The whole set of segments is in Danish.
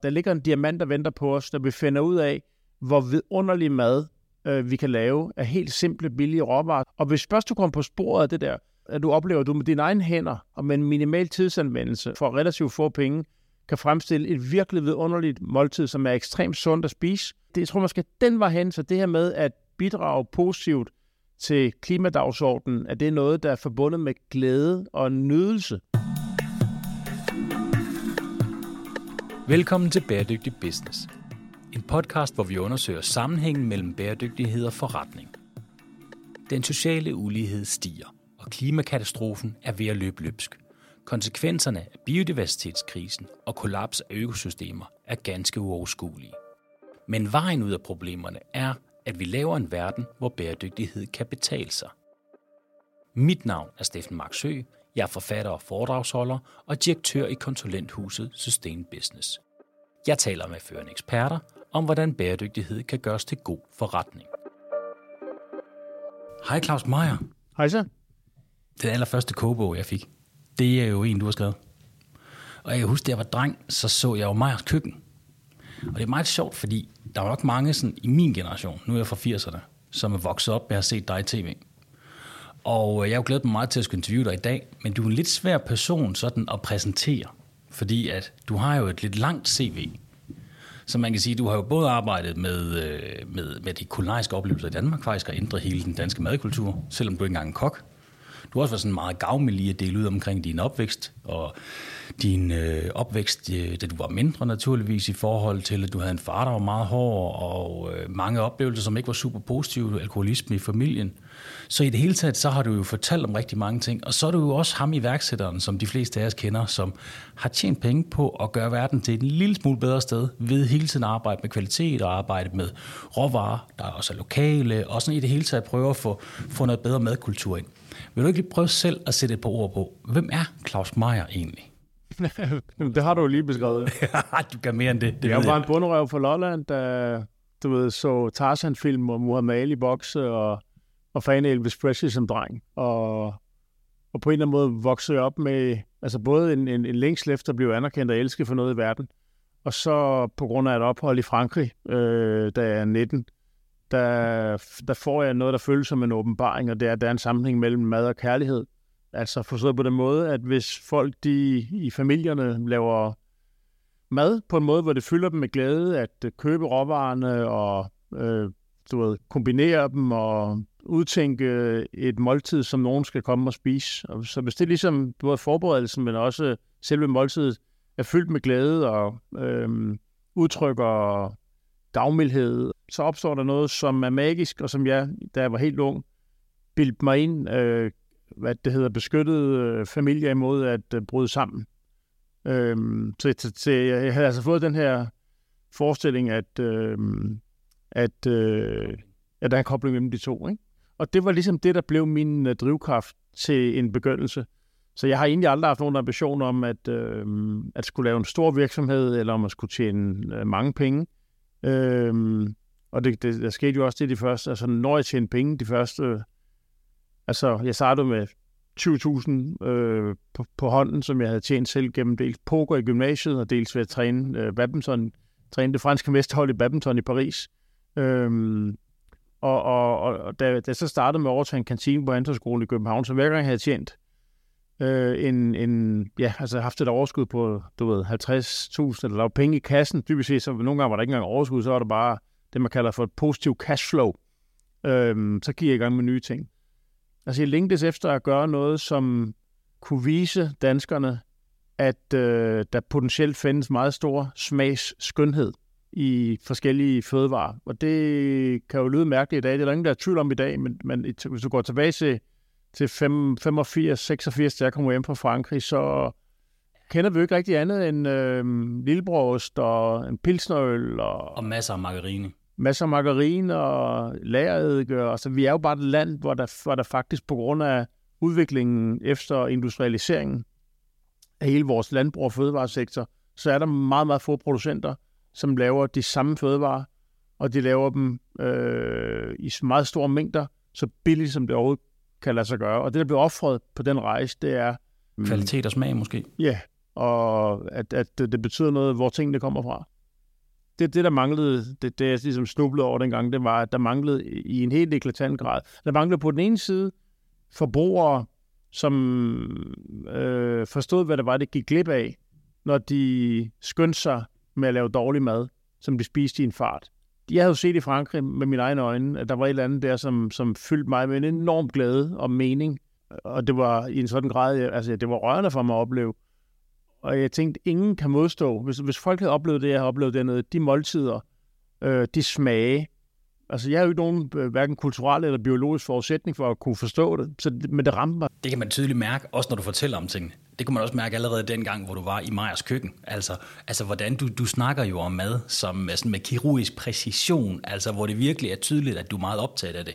Der ligger en diamant, der venter på os, når vi finder ud af, hvor vidunderlig mad vi kan lave af helt simple, billige råvarer. Og hvis først du kommer på sporet af det der, at du oplever, at du med dine egne hænder og med en minimal tidsanvendelse for relativt få penge, kan fremstille et virkelig vidunderligt måltid, som er ekstremt sundt at spise. Jeg tror måske, den var hen, så det her med at bidrage positivt til klimadagsordenen, at det er noget, der er forbundet med glæde og nydelse. Velkommen til Bæredygtig Business. En podcast, hvor vi undersøger sammenhængen mellem bæredygtighed og forretning. Den sociale ulighed stiger, og klimakatastrofen er ved at løbe løbsk. Konsekvenserne af biodiversitetskrisen og kollaps af økosystemer er ganske uoverskuelige. Men vejen ud af problemerne er, at vi laver en verden, hvor bæredygtighed kan betale sig. Mit navn er Steffen Marksø. Jeg er forfatter og foredragsholder og direktør i konsulenthuset Sustain Business. Jeg taler med førende eksperter om, hvordan bæredygtighed kan gøres til god forretning. Hej Claus Meyer. Hej så. Den allerførste kogebog, jeg fik, det er jo en, du har skrevet. Og jeg kan huske, da jeg var dreng, så jeg jo Meyers køkken. Og det er meget sjovt, fordi der var nok mange sådan, i min generation, nu er jeg fra 80'erne, som er vokset op med at have set dig i tv. Og jeg har jo glædet mig meget til at skulle interviewe dig i dag, men du er en lidt svær person sådan at præsentere, fordi at du har jo et lidt langt CV. Så man kan sige, du har jo både arbejdet med de kulinariske oplevelser i Danmark, faktisk har ændret hele den danske madkultur, selvom du ikke engang er en kok. Du har også været sådan meget gavmild i at dele ud omkring din opvækst, og din opvækst, da du var mindre naturligvis, i forhold til, at du havde en far, der var meget hård, og mange oplevelser, som ikke var super positive, alkoholisme i familien. Så i det hele taget, så har du jo fortalt om rigtig mange ting, og så er du jo også ham iværksætteren, som de fleste af os kender, som har tjent penge på at gøre verden til et lille smule bedre sted, ved hele tiden at arbejde med kvalitet og arbejde med råvarer, der er også lokale, og sådan i det hele taget prøve at få noget bedre madkultur ind. Vil du ikke lige prøve selv at sætte et par ord på, hvem er Claus Meyer egentlig? Det har du jo lige beskrevet. Du kan mere end det. Jeg var en bunderøv fra Lolland, der så Tarzan-film og Muhammad Ali bokse og fan af Elvis Presley som dreng. Og på en eller anden måde voksede jeg op med altså både en længsel efter at blive anerkendt og elsket for noget i verden. Og så på grund af et ophold i Frankrig, da jeg er 19, der får jeg noget, der føles som en åbenbaring, og det er, at der er en sammenhæng mellem mad og kærlighed. Altså forstået på den måde, at hvis folk i familierne laver mad på en måde, hvor det fylder dem med glæde, at købe råvarerne og kombinere dem og udtænke et måltid, som nogen skal komme og spise. Så hvis det ligesom både forberedelsen, men også selve måltidet er fyldt med glæde og udtrykker gavmildhed, så opstår der noget, som er magisk, og som jeg, da jeg var helt ung, bildte mig ind, hvad det hedder, beskyttede familier imod at bryde sammen. Så jeg havde altså fået den her forestilling, at der er en kobling mellem de to, ikke? Og det var ligesom det, der blev min drivkraft til en begyndelse. Så jeg har egentlig aldrig haft nogen ambition om at skulle lave en stor virksomhed, eller om at skulle tjene mange penge. Og der skete jo også det de første, altså når jeg tjente penge, de første, altså jeg startede med 20.000 på hånden, som jeg havde tjent selv gennem dels poker i gymnasiet, og dels ved at træne badminton, træne det franske mesterhold i badminton i Paris. Og da jeg så startede med at overtage en kantine på Handelshøjskolen i København, så hver gang jeg havde tjent haft et overskud på, 50.000, eller der var penge i kassen, typisk set, så nogle gange var der ikke engang overskud, så var der bare det, man kalder for et positiv cashflow. Så gik jeg i gang med nye ting. Altså jeg længtes efter at gøre noget, som kunne vise danskerne, at der potentielt findes meget stor smagsskønhed i forskellige fødevarer. Og det kan jo lyde mærkeligt i dag. Det er der ingen, der er tvivl om i dag, men hvis du går tilbage til 85, 86, da jeg kom hjem fra Frankrig, så kender vi jo ikke rigtig andet end lillebrost og en pilsnerøl. Og masser af margarine. Masser af margarine og lagereddike. Altså, vi er jo bare et land, hvor der faktisk på grund af udviklingen efter industrialiseringen af hele vores landbrug og fødevaresektor, så er der meget, meget få producenter, som laver de samme fødevarer, og de laver dem i meget store mængder, så billigt som det overhovedet kan lade sig gøre. Og det, der bliver offret på den rejse, det er kvalitet og smag måske. Ja, og at det betyder noget, hvor tingene kommer fra. det der manglede, det jeg ligesom snublede over dengang, det var, at der manglede i en helt eklatant grad. Der manglede på den ene side forbrugere, som forstod, hvad det var, det gik glip af, når de skyndte sig med at lave dårlig mad, som de spiste i en fart. Jeg havde jo set i Frankrig med mine egne øjne, at der var et eller andet der, som fyldte mig med en enorm glæde og mening. Og det var i en sådan grad, altså det var rørende for mig at opleve. Og jeg tænkte, ingen kan modstå. Hvis folk havde oplevet det, jeg har oplevet dernede, de måltider, de smage. Altså jeg har jo ikke nogen hverken kulturel eller biologisk forudsætning for at kunne forstå det, men det ramte mig. Det kan man tydeligt mærke, også når du fortæller om ting. Det kunne man også mærke allerede dengang, hvor du var i Meyers køkken. Altså hvordan du snakker jo om mad som sådan med kirurgisk præcision, altså hvor det virkelig er tydeligt, at du er meget optaget af det.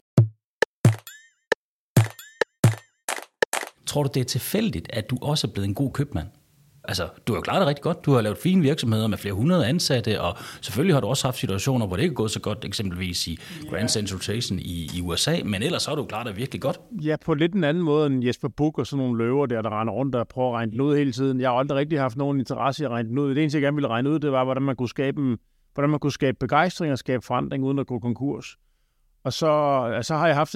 Tror du, det er tilfældigt, at du også er blevet en god købmand? Altså, du har jo klaret det rigtig godt. Du har lavet fine virksomheder med flere hundrede ansatte, og selvfølgelig har du også haft situationer, hvor det ikke er gået så godt, eksempelvis i Grand Central Station i USA, men ellers har du klaret det virkelig godt. Ja, på lidt en anden måde end Jesper Buch og sådan nogle løver der render rundt og prøver at regne den ud hele tiden. Jeg har aldrig rigtig haft nogen interesse i at regne den ud. Det eneste, jeg gerne ville regne ud, det var, hvordan man kunne skabe begejstring og skabe forandring uden at gå konkurs. Og så har jeg haft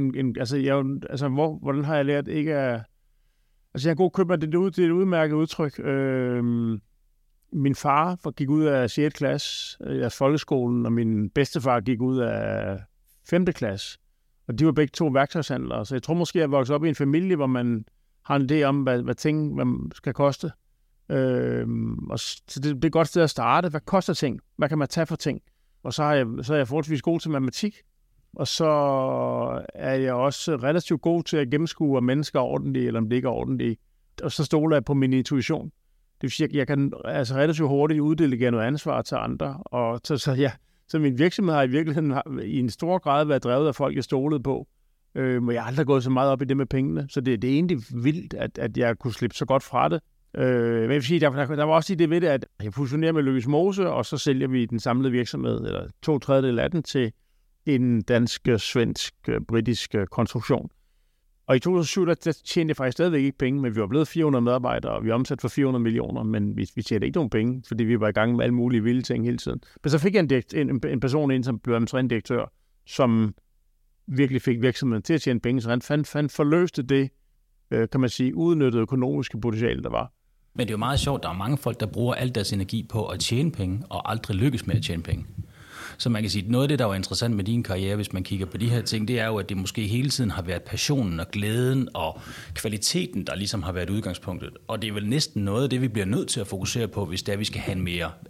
hvordan har jeg lært ikke at... Altså, jeg er god købmand, det er et udmærket udtryk. Min far gik ud af 6. klasse af folkeskolen, og min bedstefar gik ud af 5. klasse. Og de var begge to værktøjshandlere. Så jeg tror måske, at jeg voksede op i en familie, hvor man har en idé om, hvad ting skal koste. Og så det er et godt sted at starte. Hvad koster ting? Hvad kan man tage for ting? Og så er jeg forholdsvis god til matematik. Og så er jeg også relativt god til at gennemskue, om mennesker er ordentlige, eller om det ikke er ordentlige. Og så stoler jeg på min intuition. Det vil sige, at jeg kan altså relativt hurtigt uddelegere noget ansvar til andre. Og så min virksomhed har i virkeligheden i en stor grad været drevet af folk, jeg stolede på. Men jeg har aldrig gået så meget op i det med pengene. Så det er egentlig vildt, at jeg kunne slippe så godt fra det. Men jeg vil sige, der var også det ved det, at jeg fusionerer med Løkkes Mose, og så sælger vi den samlede virksomhed, eller 2/3 af den, til en dansk, svensk, britisk konstruktion. Og i 2007, der tjente jeg faktisk stadigvæk ikke penge, men vi var blevet 400 medarbejdere, og vi omsat for 400 millioner, men vi tjente ikke nogen penge, fordi vi var i gang med alle mulige vilde ting hele tiden. Men så fik jeg en person ind, som blev administrerende direktør, som virkelig fik virksomheden til at tjene penge, så han forløste det, kan man sige, udnyttede økonomiske potentiale, der var. Men det er jo meget sjovt, der er mange folk, der bruger al deres energi på at tjene penge, og aldrig lykkes med at tjene penge. Så man kan sige, at noget af det, der var interessant med din karriere, hvis man kigger på de her ting, det er jo, at det måske hele tiden har været passionen og glæden og kvaliteten, der ligesom har været udgangspunktet. Og det er vel næsten noget af det, vi bliver nødt til at fokusere på, hvis det er, vi skal have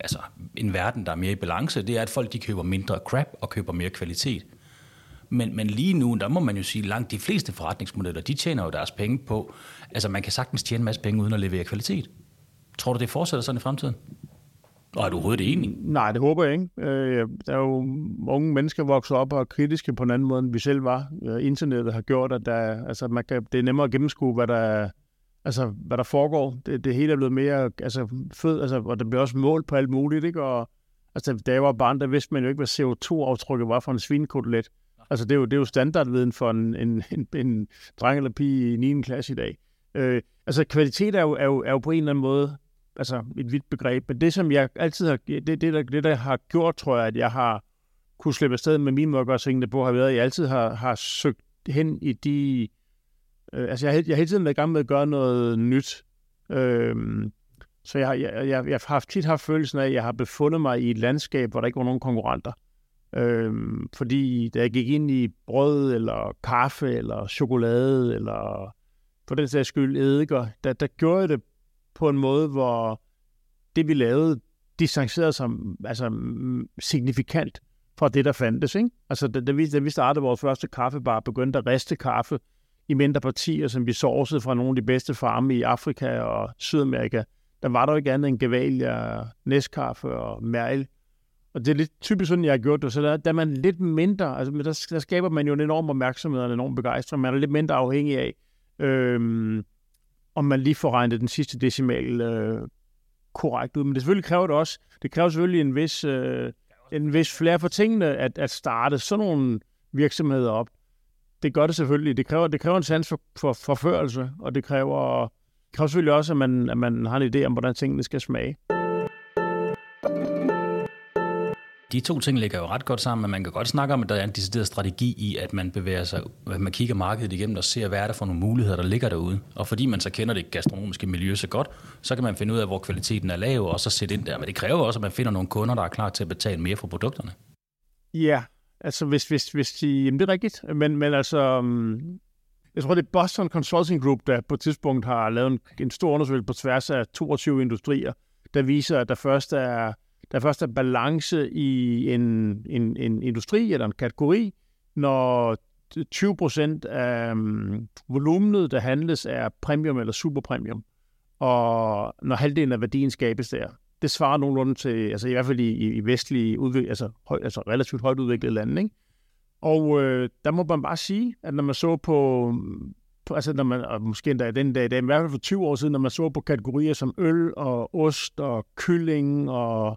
en verden, der er mere i balance. Det er, at folk de køber mindre crap og køber mere kvalitet. Men lige nu, der må man jo sige, langt de fleste forretningsmodeller, de tjener jo deres penge på. Altså man kan sagtens tjene en masse penge uden at levere kvalitet. Tror du, det fortsætter sådan i fremtiden? Og er du overhovedet enig? Nej, det håber jeg ikke. Der er jo unge mennesker, der vokser op og er kritiske på en anden måde, end vi selv var. Internettet har gjort, at det er nemmere at gennemskue, hvad der foregår. Det hele er blevet mere og der bliver også målt på alt muligt. Ikke? Og, da jeg var barn, der vidste man jo ikke, hvad CO2-aftrykket var for en svinekotelet. Altså, det er jo standardviden for en dreng eller pige i 9. klasse i dag. Kvalitet er jo på en eller anden måde et vidt begreb, men det som jeg altid har, det der har gjort, tror jeg, at jeg har kunne slippe afsted med mine måde at gøre tingene på, har været, at jeg altid har søgt hen i de, jeg har hele tiden været i gang med at gøre noget nyt, så jeg har tit haft følelsen af, at jeg har befundet mig i et landskab, hvor der ikke var nogen konkurrenter, fordi da jeg gik ind i brød, eller kaffe, eller chokolade, eller for den sags skyld eddike, der gjorde jeg det på en måde, hvor det, vi lavede, distancerede sig signifikant fra det, der fandtes. Ikke? Altså, da vi startede vores første kaffebar, begyndte at riste kaffe i mindre partier, som vi sourcede fra nogle af de bedste farme i Afrika og Sydamerika. Der var der jo ikke andet end Gevalia, Nescafé og Meril. Og det er lidt typisk sådan, jeg har gjort det. Så der er man lidt mindre, der skaber man jo en enorm opmærksomhed og en enorm begejstring. Man er lidt mindre afhængig af, om man lige får regnet den sidste decimal korrekt ud. Men det selvfølgelig kræver selvfølgelig en vis flere for tingene at starte sådan nogle virksomheder op. Det gør det selvfølgelig. Det kræver en sans for forførelse, og det kræver selvfølgelig også, at man har en idé om, hvordan tingene skal smage. De to ting ligger jo ret godt sammen, men man kan godt snakke om, at der er en decideret strategi i, at man bevæger sig, at man kigger markedet igennem og ser, hvad er der for nogle muligheder, der ligger derude. Og fordi man så kender det gastronomiske miljø så godt, så kan man finde ud af, hvor kvaliteten er lav, og så sætte ind der. Men det kræver også, at man finder nogle kunder, der er klar til at betale mere for produkterne. Ja, altså hvis de, jamen det er rigtigt, men altså, jeg tror det er Boston Consulting Group, der på et tidspunkt har lavet en stor undersøgelse på tværs af 22 industrier, der viser, at der først er balance i en industri eller en kategori, når 20% af volumenet, der handles, er premium eller superpremium, og når halvdelen af værdien skabes der. Det svarer nogenlunde til, altså i hvert fald i vestlige, altså relativt højt udviklede lande, ikke? Og der må man bare sige, at når man så på altså når man, og måske endda den dag, i hvert fald for 20 år siden, når man så på kategorier som øl og ost og kylling og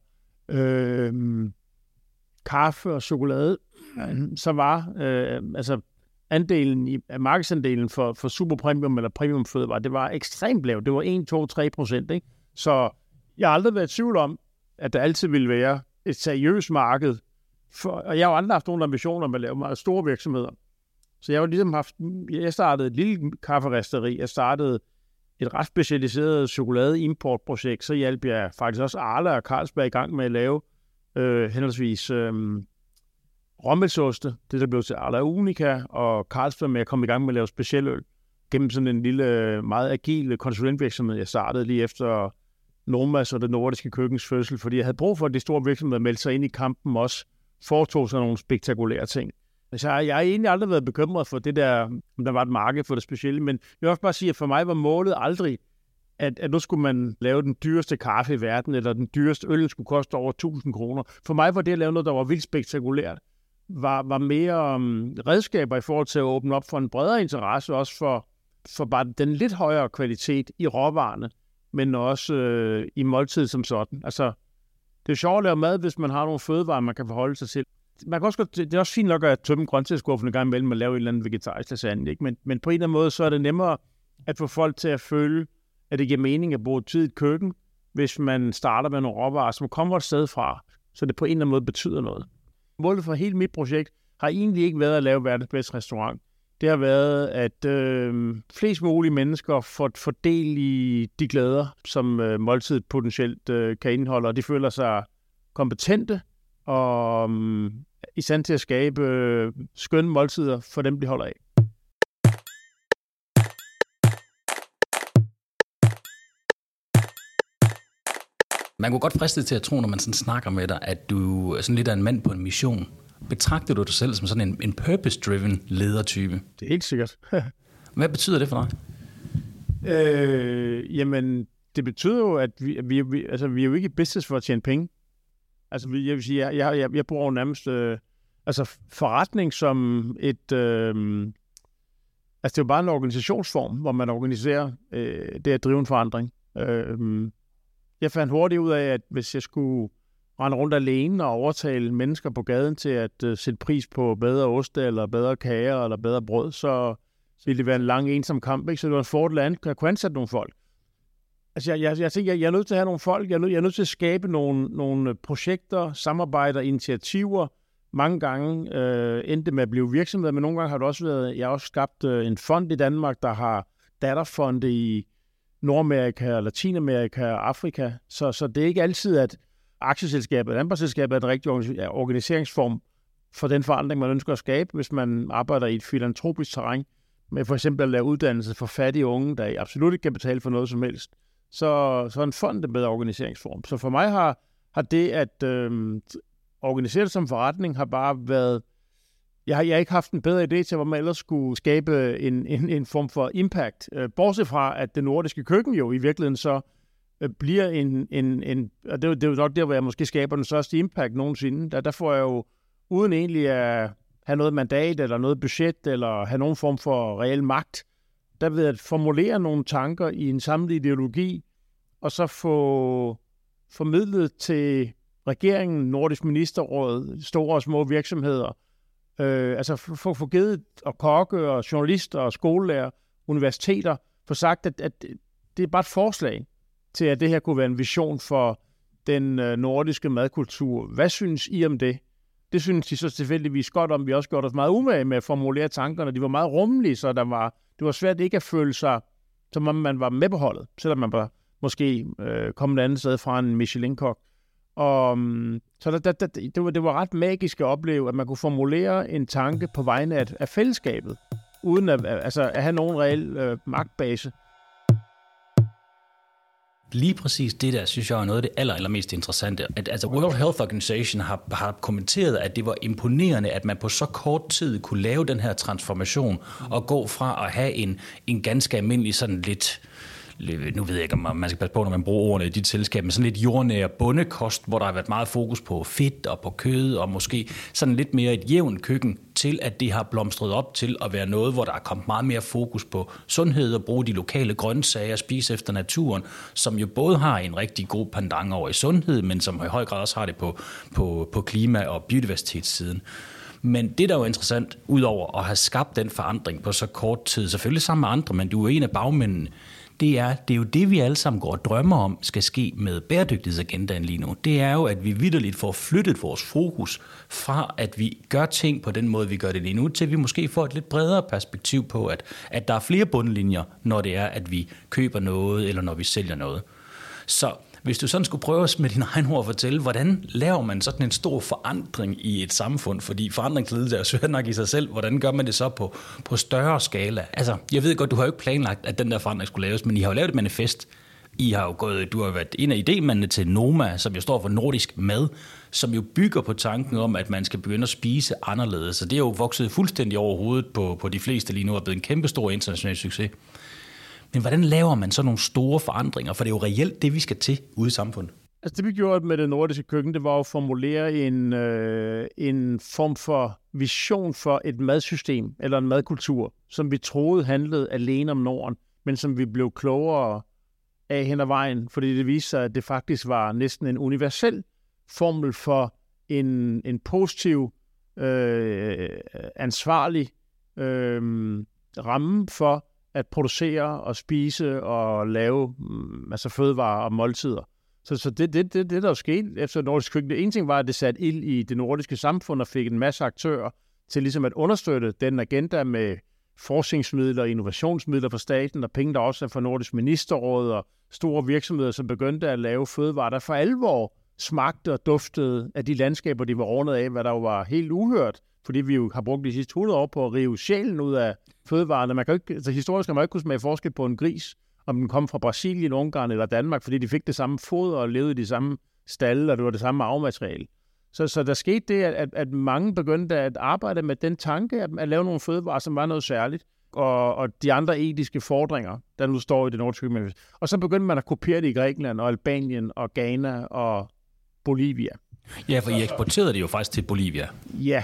kaffe og chokolade, så var altså markedsandelen for superpremium eller premiumfødevarer, det var ekstremt lavt. Det var 1-2-3%, ikke? Så jeg har aldrig været i tvivl om, at der altid ville være et seriøst marked. Og jeg har jo aldrig haft nogen ambitioner med at lave meget store virksomheder. Så jeg startede et lille kafferisteri. Jeg startede et ret specialiseret chokoladeimportprojekt. Så hjalp jeg faktisk også Arla og Carlsberg i gang med at lave henholdsvis råmælksoste, det der blev til Arla Unica, og Carlsberg med at komme i gang med at lave specialøl gennem sådan en lille, meget agil konsulentvirksomhed, jeg startede lige efter Nomas og det nordiske køkkens fødsel, fordi jeg havde brug for, at de store virksomheder meldte sig ind i kampen også, foretog sig nogle spektakulære ting. Så jeg har egentlig aldrig været bekymret for det der, om der var et marked for det specielle, men jeg vil også bare sige, at for mig var målet aldrig, at nu skulle man lave den dyreste kaffe i verden, eller den dyreste øl skulle koste over 1.000 kroner. For mig var det at lave noget, der var vildt spektakulært, var mere redskaber i forhold til at åbne op for en bredere interesse, også for bare den lidt højere kvalitet i råvarerne, men også i måltid som sådan. Altså, det er sjovt at lave mad, hvis man har nogle fødevarer, man kan forholde sig til. Man kan også godt, det er også fint nok at tømme grøntsagsskuffen en gang imellem og lave et eller andet vegetarisk lasagne, ikke? Men på en eller anden måde, så er det nemmere at få folk til at føle, at det giver mening at bruge tid i et køkken, hvis man starter med nogle råvarer, som kommer et sted fra, så det på en eller anden måde betyder noget. Målet for hele mit projekt har egentlig ikke været at lave verdens bedste restaurant. Det har været, at flest mulige mennesker får del i de glæder, som måltidet potentielt kan indeholde, og de føler sig kompetente og i stand til at skabe skønne måltider for dem, de holder af. Man kunne godt friste til at tro, når man sådan snakker med dig, at du er sådan lidt af en mand på en mission. Betragter du dig selv som sådan en purpose-driven ledertype? Det er helt sikkert. Hvad betyder det for dig? Jamen, det betyder jo, at vi er jo ikke i business for at tjene penge. Altså, jeg vil sige, jeg bruger jo nærmest forretning som et... altså, det er jo bare en organisationsform, hvor man organiserer det at drive en forandring. Jeg fandt hurtigt ud af, at hvis jeg skulle rende rundt alene og overtale mennesker på gaden til at sætte pris på bedre oste, eller bedre kager, eller bedre brød, så ville det være en lang ensom kamp, ikke? Så det var en fordel at kunne ansætte nogle folk. Altså, jeg tænker, jeg er nødt til at have nogle folk, jeg er nødt til at skabe nogle projekter, samarbejder, initiativer. Mange gange endte med at blive virksomheder, men nogle gange har det også været, jeg har også skabt en fond i Danmark, der har datterfonde i Nordamerika, Latinamerika og Afrika. Så det er ikke altid, at aktieselskabet, anpartsselskabet er den rigtige organiseringsform for den forandring, man ønsker at skabe, hvis man arbejder i et filantropisk terræn, med for eksempel at lave uddannelse for fattige unge, der absolut ikke kan betale for noget som helst. Så en fond er bedre organiseringsform. Så for mig har det at organisere det som forretning har bare været... Jeg har ikke haft en bedre idé til, hvor man ellers skulle skabe en form for impact. Bortset fra, at det nordiske køkken jo i virkeligheden så bliver og det er jo nok der, hvor jeg måske skaber den største impact nogensinde. Der får jeg jo, uden egentlig at have noget mandat, eller noget budget, eller have nogen form for reel magt, der ved at formulere nogle tanker i en samlet ideologi, og så få formidlet til regeringen, Nordisk Ministerråd, store og små virksomheder, altså få givet og kokke og journalister og skolelærer, universiteter, få sagt, at det er bare et forslag til, at det her kunne være en vision for den nordiske madkultur. Hvad synes I om det? Det synes de så tilfældigvis godt om. Vi har også gjort os meget umage med at formulere tankerne. De var meget rummelige, så det var svært ikke at føle sig, som om man var med på holdet, selvom man var måske kommet et andet sted fra en Michelin-kok. Og så det var ret magisk at opleve, at man kunne formulere en tanke på vegne af fællesskabet, uden at have nogen reel magtbase. Lige præcis det der, synes jeg er noget af det allermest interessante. Altså World Health Organization har kommenteret, at det var imponerende, at man på så kort tid kunne lave den her transformation og gå fra at have en ganske almindelig sådan lidt, nu ved jeg ikke, om man skal passe på, når man bruger ordene i dit selskab, men sådan lidt jordnær bondekost, hvor der har været meget fokus på fedt og på kød, og måske sådan lidt mere et jævnt køkken, til at det har blomstret op til at være noget, hvor der er kommet meget mere fokus på sundhed og bruge de lokale grøntsager og spise efter naturen, som jo både har en rigtig god pendant over i sundhed, men som i høj grad også har det på klima- og biodiversitetssiden. Men det, der er jo interessant, udover at have skabt den forandring på så kort tid, selvfølgelig sammen med andre, men du er en af bagmændene, det er jo det, vi alle sammen går og drømmer om, skal ske med bæredygtighedsagendaen lige nu. Det er jo, at vi vitterligt får flyttet vores fokus fra, at vi gør ting på den måde, vi gør det lige nu, til at vi måske får et lidt bredere perspektiv på, at der er flere bundlinjer, når det er, at vi køber noget, eller når vi sælger noget. Så hvis du sådan skulle prøve med dine egne ord at fortælle, hvordan laver man sådan en stor forandring i et samfund? Fordi forandringsledelse er jo svært nok i sig selv. Hvordan gør man det så på større skala? Altså, jeg ved godt, du har jo ikke planlagt, at den der forandring skulle laves, men I har jo lavet et manifest. Du har været en af idémændene til Noma, som jo står for nordisk mad, som jo bygger på tanken om, at man skal begynde at spise anderledes. Så det er jo vokset fuldstændig over hovedet på de fleste lige nu, og er blevet en kæmpestor international succes. Men hvordan laver man så nogle store forandringer? For det er jo reelt det, vi skal til ude i samfundet. Altså det, vi gjorde med det nordiske køkken, det var at formulere en form for vision for et madsystem eller en madkultur, som vi troede handlede alene om Norden, men som vi blev klogere af hen ad vejen, fordi det viste sig, at det faktisk var næsten en universel formel for en positiv, ansvarlig ramme for at producere og spise og lave fødevarer og måltider. Så det der jo skete efter nordisk køkken. Det ene ting var, at det satte ild i det nordiske samfund og fik en masse aktører til ligesom at understøtte den agenda med forskningsmidler og innovationsmidler fra staten, og penge, der også er fra Nordisk Ministerråd og store virksomheder, som begyndte at lave fødevarer, der for alvor smagte og duftede af de landskaber, de var rundet af, hvad der jo var helt uhørt, fordi vi jo har brugt de sidste 100 år på at rive sjælen ud af fødevarerne. Man kan ikke, altså historisk kan man ikke kunne smage forskel på en gris, om den kom fra Brasilien, Ungarn eller Danmark, fordi de fik det samme foder og levede i de samme stalde, og det var det samme arvemateriale. Så der skete det, at mange begyndte at arbejde med den tanke, at lave nogle fødevarer, som var noget særligt, og de andre etiske fordringer, der nu står i det nordiske køkken. Og så begyndte man at kopiere det i Grækenland og Albanien og Ghana og Bolivia. Ja, for I eksporterede det jo faktisk til Bolivia. Ja,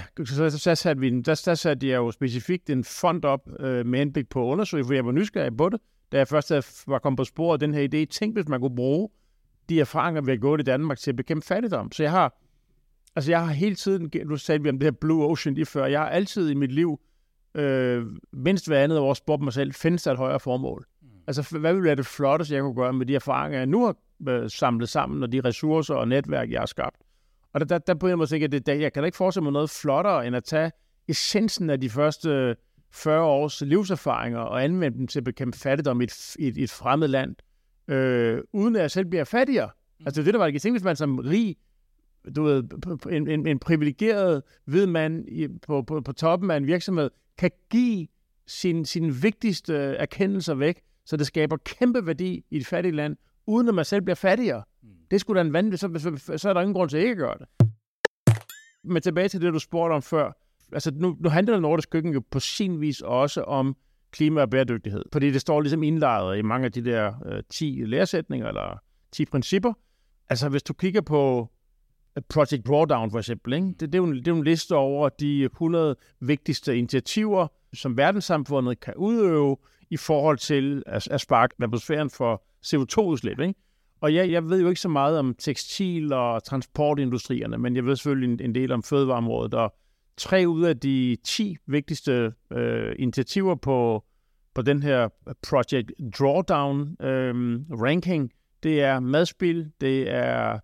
så satte jeg jo specifikt en fond op med henblik på at undersøge, for jeg var nysgerrig på det, da jeg først var kommet på sporet af den her idé. Tænk, hvis man kunne bruge de erfaringer, vi har gået i Danmark til at bekæmpe fattigdom. Så jeg har hele tiden, nu talte vi om det her Blue Ocean lige før, jeg har altid i mit liv, mindst hver andet år, spurgt mig selv, findes der et højere formål? Altså, hvad ville være det flotteste, jeg kunne gøre med de erfaringer, jeg nu har samlet sammen, og de ressourcer og netværk, jeg har skabt? Og der på en måde tænker jeg, at jeg kan da ikke forestille mig noget flottere, end at tage essensen af de første 40 års livserfaringer og anvende dem til at bekæmpe fattigdom i et fremmed land, uden at jeg selv bliver fattigere. Altså, det er det, der var det. Tænk, hvis man som rig, du ved, en privilegeret hvid mand på toppen af en virksomhed, kan give sine vigtigste erkendelser væk, så det skaber kæmpe værdi i et fattigt land, uden at man selv bliver fattigere. Det skulle da en vanvittig, så er der ingen grund til ikke at gøre det. Men tilbage til det, du spurgte om før. Altså, nu handler det nordisk køkken jo på sin vis også om klima og bæredygtighed. Fordi det står ligesom indlejret i mange af de der 10 læresætninger eller 10 principper. Altså, hvis du kigger på Project Drawdown for eksempel, ikke? Det er jo en liste over de 100 vigtigste initiativer, som verdenssamfundet kan udøve i forhold til at sparke atmosfæren for CO2-udslip, ikke? Og jeg ved jo ikke så meget om tekstil- og transportindustrierne, men jeg ved selvfølgelig en del om fødevareområdet. Og 3 ud af de 10 vigtigste initiativer på den her Project Drawdown ranking, det er madspild, det er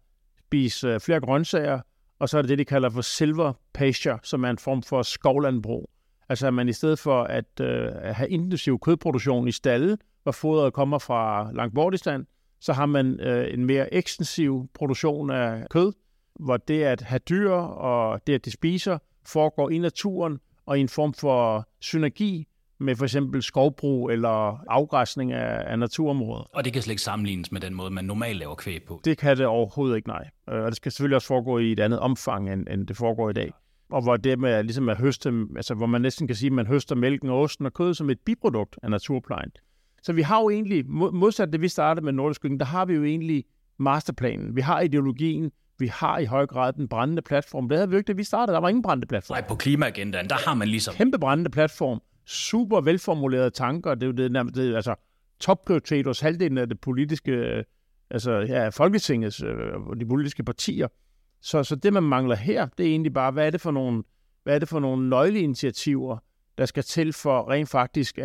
spise flere grøntsager, og så er det de kalder for silver pasture, som er en form for skovlandbrug. Altså at man i stedet for at have intensiv kødproduktion i stalle, hvor fodret kommer fra langt bort i stand, så har man en mere ekstensiv produktion af kød, hvor det at have dyr og det at de spiser, foregår i naturen og i en form for synergi med for eksempel skovbrug eller afgræsning af naturområder. Og det kan slet ikke sammenlignes med den måde, man normalt laver kvæg på? Det kan det overhovedet ikke, nej. Og det skal selvfølgelig også foregå i et andet omfang, end det foregår i dag. Og hvor det med ligesom at høste, altså hvor man næsten kan sige, at man høster mælken og osten og kød som et biprodukt af naturplejen. Så vi har jo egentlig, modsat det vi startede med Nordisk Køkken, der har vi jo egentlig masterplanen. Vi har ideologien, vi har i høj grad den brændende platform. Det havde vi jo ikke, da vi startede. Der var ingen brændende platform. Nej, på klimaagendaen, der har man ligesom... Kæmpe brændende platform. Super velformulerede tanker. Det er jo det altså topprioritet hos halvdelen af det politiske, Folketingets, de politiske partier. Så det, man mangler her, det er egentlig bare, hvad er det for nogle nøgleinitiativer, der skal til for rent faktisk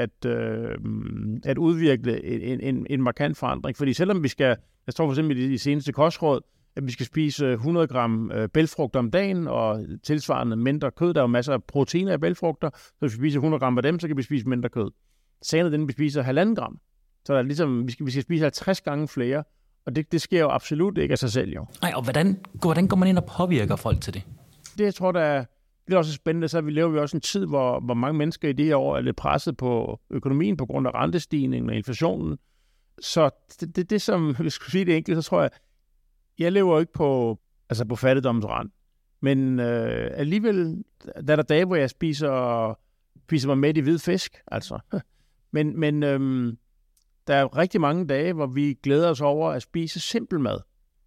at udvikle en markant forandring. Fordi selvom vi skal, der står for eksempel i de seneste kostråd, at vi skal spise 100 gram bælgfrugter om dagen, og tilsvarende mindre kød. Der er jo masser af proteiner i bælgfrugter, så hvis vi spiser 100 gram af dem, så kan vi spise mindre kød. Sagen er den, vi spiser 1,5 gram. Så der er ligesom, vi skal spise 50 gange flere, og det sker jo absolut ikke af sig selv, jo. Nej, og hvordan går man ind og påvirker folk til det? Det, jeg tror, det er også spændende, så lever vi også en tid, hvor mange mennesker i det her år er lidt presset på økonomien på grund af rentestigningen og inflationen. Så det som, hvis jeg skulle sige det enkelt, så tror jeg lever jo ikke på fattigdommens rand. Men alligevel, der er der dage, hvor jeg spiser mig mæt i hvid fisk, altså. Men der er rigtig mange dage, hvor vi glæder os over at spise simpel mad.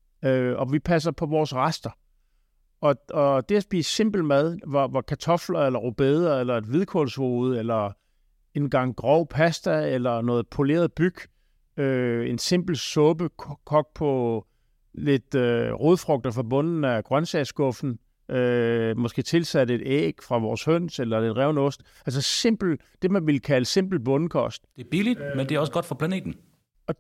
Og vi passer på vores rester. Og det at spise simpel mad, hvor kartofler eller rødbeder eller et hvidkålshoved eller en gang grov pasta eller noget poleret byg, en simpel suppe kogt på lidt rodfrugter fra bunden af grøntsagsskuffen, måske tilsat et æg fra vores høns eller lidt reven ost. Altså simpel, det man ville kalde simpel bondekost. Det er billigt, men det er også godt for planeten. Og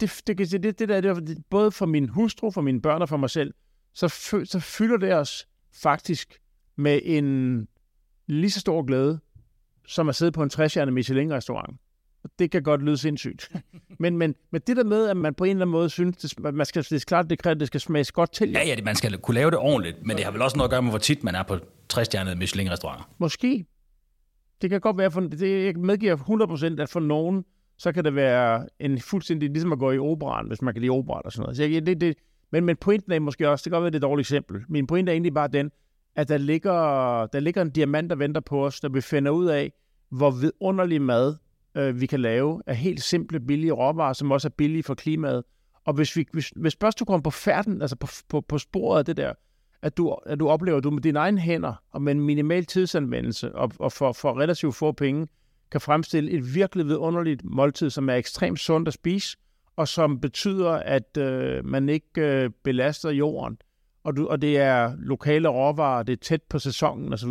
det både for min hustru, for mine børn og for mig selv, så fylder det os faktisk med en lige så stor glæde, som at sidde på en 3-stjernet Michelin-restaurant. Og det kan godt lyde sindssygt. men det der med, at man på en eller anden måde synes, det er klart, det skal smages godt til. Ja, man skal kunne lave det ordentligt, men det har vel også noget at gøre med, hvor tit man er på 3-stjernede Michelin-restauranter. Måske. Det kan godt være, jeg medgiver 100%, at for nogen, så kan det være en fuldstændig, ligesom at gå i operaen, hvis man kan lide opera og sådan noget. Så men pointen er måske også, det kan godt være, det er et dårligt eksempel. Min pointe er egentlig bare den, at der ligger en diamant, der venter på os, der vi finder ud af, hvor vidunderlig mad vi kan lave af helt simple, billige råvarer, som også er billige for klimaet. Og hvis først du kommer på færden, altså på sporet af det der, at du oplever, at du med dine egne hænder og med en minimal tidsanvendelse og for relativt få penge, kan fremstille et virkelig vidunderligt måltid, som er ekstremt sundt at spise, og som betyder, at man ikke belaster jorden. Og det er lokale råvarer, det er tæt på sæsonen osv.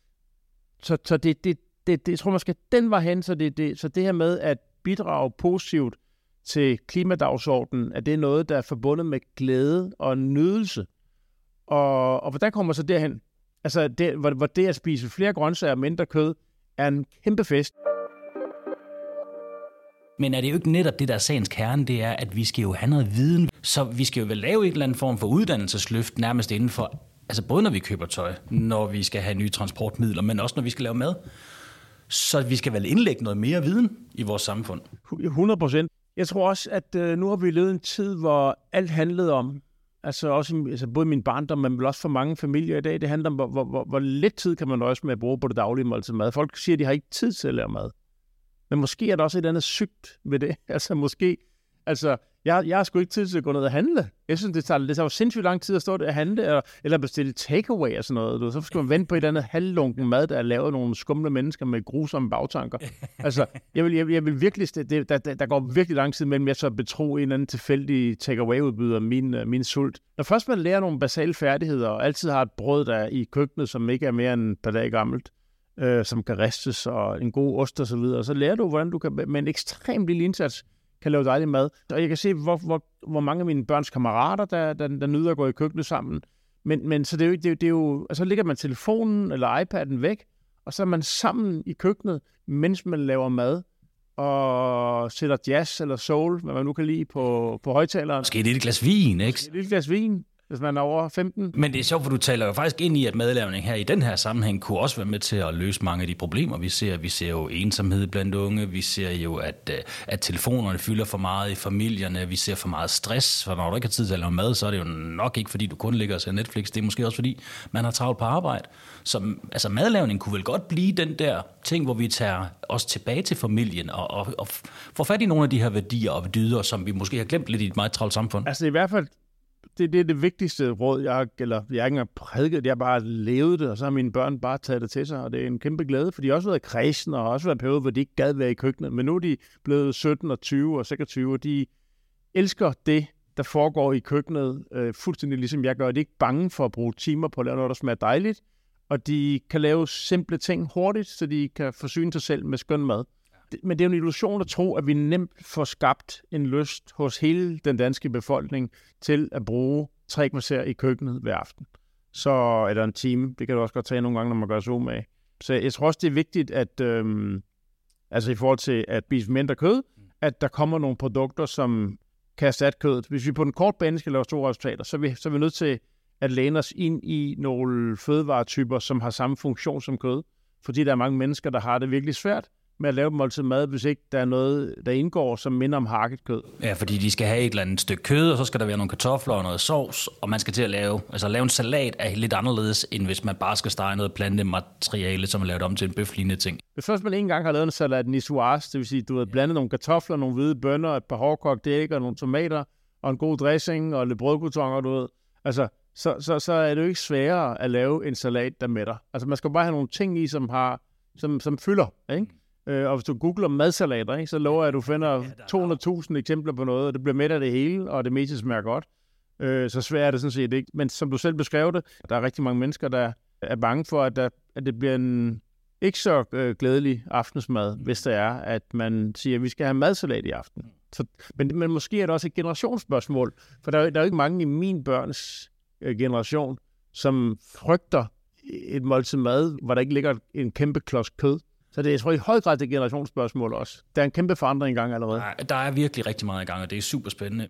Så det jeg tror måske, den var hen, så det her med at bidrage positivt til klimadagsordenen, at det er noget, der er forbundet med glæde og nydelse. Og hvordan kommer så derhen? Altså, hvor det at spise flere grøntsager og mindre kød er en kæmpe fest. Men er det jo ikke netop det, der er sagens kerne, det er, at vi skal jo have noget viden. Så vi skal jo vel lave en eller anden form for uddannelsesløft nærmest inden for, altså både når vi køber tøj, når vi skal have nye transportmidler, men også når vi skal lave mad. Så vi skal vel indlægge noget mere viden i vores samfund. 100%. Jeg tror også, at nu har vi levet en tid, hvor alt handlede om, altså både min barndom, men vel også for mange familier i dag, det handler om, hvor lidt tid kan man nøjes med at bruge på det daglige måltid mad. Folk siger, at de har ikke tid til at lave mad. Men måske er der også et andet sygt ved det. Jeg har sgu ikke tid til at gå ned og handle. Jeg synes, det tager jo sindssygt lang tid at stå der og handle, eller bestille takeaway og sådan noget. Så skal man vente på et andet halvlunken mad, der er lavet af nogle skumle mennesker med grusomme bagtanker. Jeg vil virkelig, der går virkelig lang tid mellem, jeg så betro en eller anden tilfældig takeaway-udbyder min sult. Når først man lærer nogle basale færdigheder, og altid har et brød, der er i køkkenet, som ikke er mere end et par dage gammelt, som kan ristes, og en god ost og så videre, så lærer du, hvordan du kan med en ekstrem lille indsats kan lave dejlig mad. Og jeg kan se, hvor mange af mine børns kammerater, der nyder at gå i køkkenet sammen. Men så det er jo, og så ligger man telefonen eller iPad'en væk, og så er man sammen i køkkenet, mens man laver mad, og sætter jazz eller soul, hvad man nu kan lide på højtaleren. Måske et lille glas vin, ikke? Et lille glas vin, hvis man er over 15. Men det er sjovt, for du taler jo faktisk ind i, at madlavning her i den her sammenhæng kunne også være med til at løse mange af de problemer, vi ser. Vi ser jo ensomhed blandt unge, vi ser jo, at telefonerne fylder for meget i familierne, vi ser for meget stress, for når du ikke har tid til at lave mad, så er det jo nok ikke, fordi du kun ligger og ser Netflix, det er måske også, fordi man har travlt på arbejde. Så altså, madlavning kunne vel godt blive den der ting, hvor vi tager os tilbage til familien og får fat i nogle af de her værdier og dyder, som vi måske har glemt lidt i et meget travlt samfund. Altså i hvert fald, det er det vigtigste råd, jeg ikke engang prædiket, jeg har bare levet det, og så har mine børn bare taget det til sig, og det er en kæmpe glæde, for de har også været kredsende, og også været periode, hvor de ikke gad være i køkkenet, men nu er de blevet 17 og 20 og 26, og de elsker det, der foregår i køkkenet, fuldstændig ligesom jeg gør. De er ikke bange for at bruge timer på at lave noget, der smager dejligt, og de kan lave simple ting hurtigt, så de kan forsyne sig selv med skøn mad. Men det er jo en illusion at tro, at vi nemt får skabt en lyst hos hele den danske befolkning til at bruge 3 kvarter i køkkenet hver aften. Så er der en time. Det kan du også godt tage nogle gange, når man gør sig umage. Så jeg tror også, det er vigtigt, at altså i forhold til at spise mindre kød, at der kommer nogle produkter, som kan erstatte kødet. Hvis vi på den korte bane skal lave store resultater, så er vi nødt til at læne os ind i nogle fødevaretyper, som har samme funktion som kød. Fordi der er mange mennesker, der har det virkelig svært med at lave et måltid mad, hvis ikke der er noget, der indgår, som minder om hakket kød. Ja, fordi de skal have et eller andet stykke kød, og så skal der være nogle kartofler og noget sovs, og man skal til at lave en salat er lidt anderledes, end hvis man bare skal stege noget plantemateriale, som er lavet om til en bøflignende ting. Hvis først man en gang har lavet en salat niçoise, det vil sige, du har blandet nogle kartofler, nogle hvide bønner, et par hårdkogte æg og nogle tomater, og en god dressing og lidt brødcroutoner, du ved. Altså, så er det jo ikke sværere at lave en salat, der mætter. Altså, man skal bare have nogle ting i, som fylder, ikke? Og hvis du googler madsalater, ikke, så lover jeg, at du finder 200.000 eksempler på noget, og det bliver mæt af det hele, og det meste smager godt. Så svært er det sådan set ikke. Men som du selv beskrev det, der er rigtig mange mennesker, der er bange for, at det bliver en ikke så glædelig aftensmad, hvis det er, at man siger, at vi skal have madsalat i aften. Men måske er det også et generationsspørgsmål, for der er jo ikke mange i min børns generation, som frygter et måltid mad, hvor der ikke ligger en kæmpe klods kød. Så det er, jeg tror, i høj grad det generationsspørgsmål også. Der er en kæmpe forandring i gang allerede. Der er virkelig rigtig meget i gang, og det er super spændende.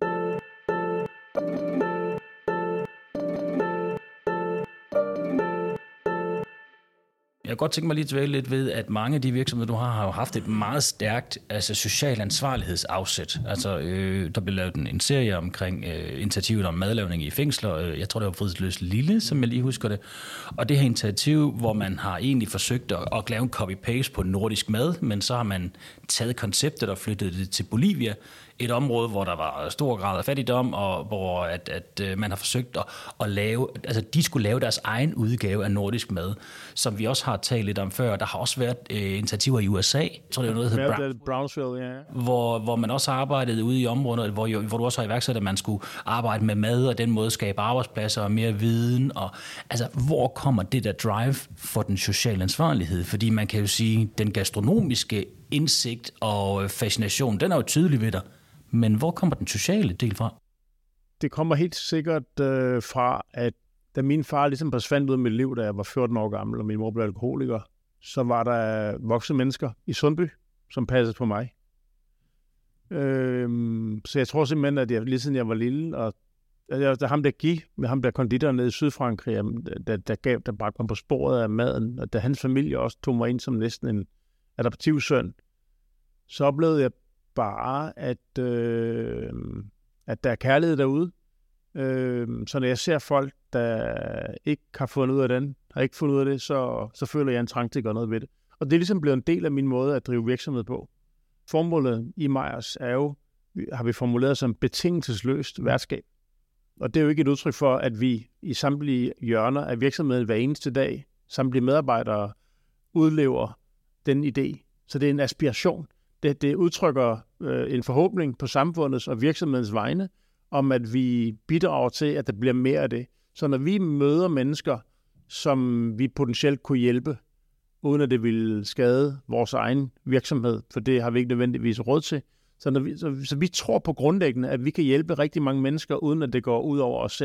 Jeg kan godt tænke mig lige tilbage lidt ved, at mange af de virksomheder, du har jo haft et meget stærkt social ansvarlighedsafsæt. Altså, der blev lavet en serie omkring initiativet om madlavning i fængsler. Jeg tror, det var Fridsløs Lille, som jeg lige husker det. Og det her initiativ, hvor man har egentlig forsøgt at lave en copy-paste på nordisk mad, men så har man taget konceptet og flyttet det til Bolivia. Et område, hvor der var stor grad af fattigdom, og hvor at man har forsøgt at lave, altså de skulle lave deres egen udgave af nordisk mad, som vi også har talt lidt om før. Der har også været initiativer i USA. Jeg tror, det er noget, der hedder Brownsville, ja. Hvor man også har arbejdet ude i områder, hvor du også har iværksat, at man skulle arbejde med mad, og den måde skabe arbejdspladser og mere viden. Og, altså, hvor kommer det der drive for den sociale ansvarlighed? Fordi man kan jo sige, den gastronomiske indsigt og fascination, den er jo tydelig ved dig. Men hvor kommer den sociale del fra? Det kommer helt sikkert fra, at da min far ligesom forsvandt ud af mit liv, da jeg var 14 år gammel, og min mor blev alkoholiker, så var der voksne mennesker i Sundby, som passede på mig. Så jeg tror simpelthen, at lige siden jeg var lille, og der ham der Guy, med ham der konditoren nede i Sydfrankrig, der bragte mig på sporet af maden, og da hans familie også tog mig ind som næsten en adoptivsøn, så oplevede jeg bare, at der er kærlighed derude. Så når jeg ser folk, der ikke har fundet ud af den, har ikke fundet ud af det, så føler jeg en trang til at gøre noget ved det. Og det er ligesom blevet en del af min måde at drive virksomhed på. Formålet i Meyers er jo, har vi formuleret som betingelsesløst værtskab. Og det er jo ikke et udtryk for, at vi i samtlige hjørner af virksomheden hver eneste dag, samtlige medarbejdere, udlever den idé. Så det er en aspiration. Det udtrykker en forhåbning på samfundets og virksomhedens vegne, om at vi bidrager til, at der bliver mere af det. Så når vi møder mennesker, som vi potentielt kunne hjælpe, uden at det ville skade vores egen virksomhed, for det har vi ikke nødvendigvis råd til, så vi tror på grundlæggende, at vi kan hjælpe rigtig mange mennesker, uden at det går ud over os selv.